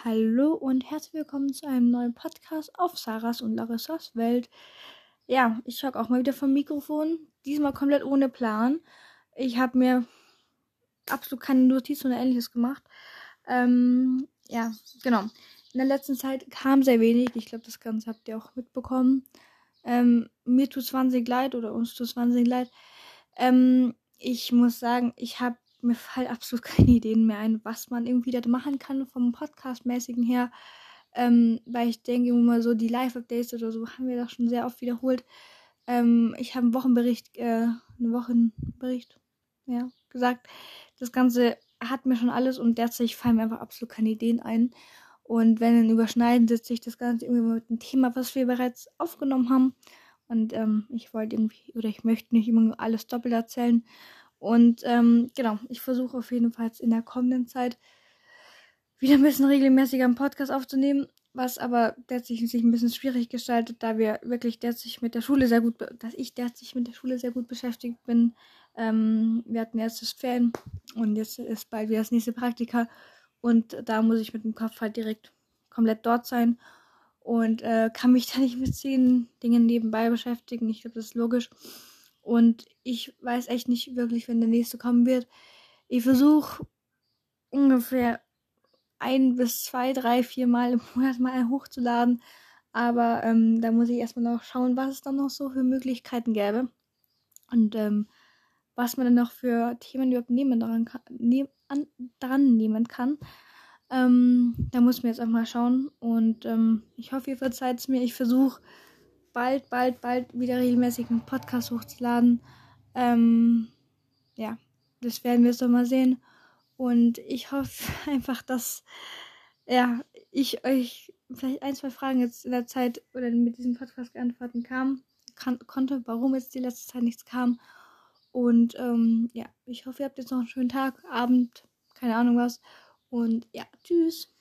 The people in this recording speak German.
Hallo und herzlich willkommen zu einem neuen Podcast auf Sarahs und Larissas Welt. Ja, ich schaue auch mal wieder vom Mikrofon. Diesmal komplett ohne Plan. Ich habe mir absolut keine Notizen oder ähnliches gemacht. Ja, genau. In der letzten Zeit kam sehr wenig. Ich glaube, das Ganze habt ihr auch mitbekommen. Mir tut es wahnsinnig leid oder uns tut es wahnsinnig leid. Ich muss sagen, mir fallen absolut keine Ideen mehr ein, was man irgendwie da machen kann vom Podcast-mäßigen her. Weil ich denke immer mal so, die Live-Updates oder so haben wir doch schon sehr oft wiederholt. Ich habe einen Wochenbericht, ja, gesagt. Das Ganze hat mir schon alles und derzeit fallen mir einfach absolut keine Ideen ein. Und wenn dann überschneiden, setzt sich das Ganze irgendwie mit dem Thema, was wir bereits aufgenommen haben. Und ich möchte nicht immer nur alles doppelt erzählen. Und genau, ich versuche auf jeden Fall in der kommenden Zeit wieder ein bisschen regelmäßiger einen Podcast aufzunehmen, was aber derzeit sich ein bisschen schwierig gestaltet, da wir wirklich dass ich derzeit mit der Schule sehr gut beschäftigt bin. Wir hatten erstes Ferien und jetzt ist bald wieder das nächste Praktika und da muss ich mit dem Kopf halt direkt komplett dort sein und kann mich da nicht mit 10 Dingen nebenbei beschäftigen. Ich glaube, das ist logisch. Und ich weiß echt nicht wirklich, wenn der nächste kommen wird. Ich versuche ungefähr 1 bis 2, 3, 4 Mal im Monat mal hochzuladen. Aber da muss ich erstmal noch schauen, was es dann noch so für Möglichkeiten gäbe. Und was man dann noch für Themen überhaupt dran nehmen kann. Da muss man jetzt einfach mal schauen. Und ich hoffe, ihr verzeiht es mir. Ich versuche bald wieder regelmäßig einen Podcast hochzuladen. Ja, das werden wir jetzt doch mal sehen. Und ich hoffe einfach, dass ich euch vielleicht 1, 2 Fragen jetzt in der Zeit oder mit diesem Podcast beantworten konnte, warum jetzt die letzte Zeit nichts kam. Und ich hoffe, ihr habt jetzt noch einen schönen Tag, Abend, keine Ahnung was. Und ja, tschüss.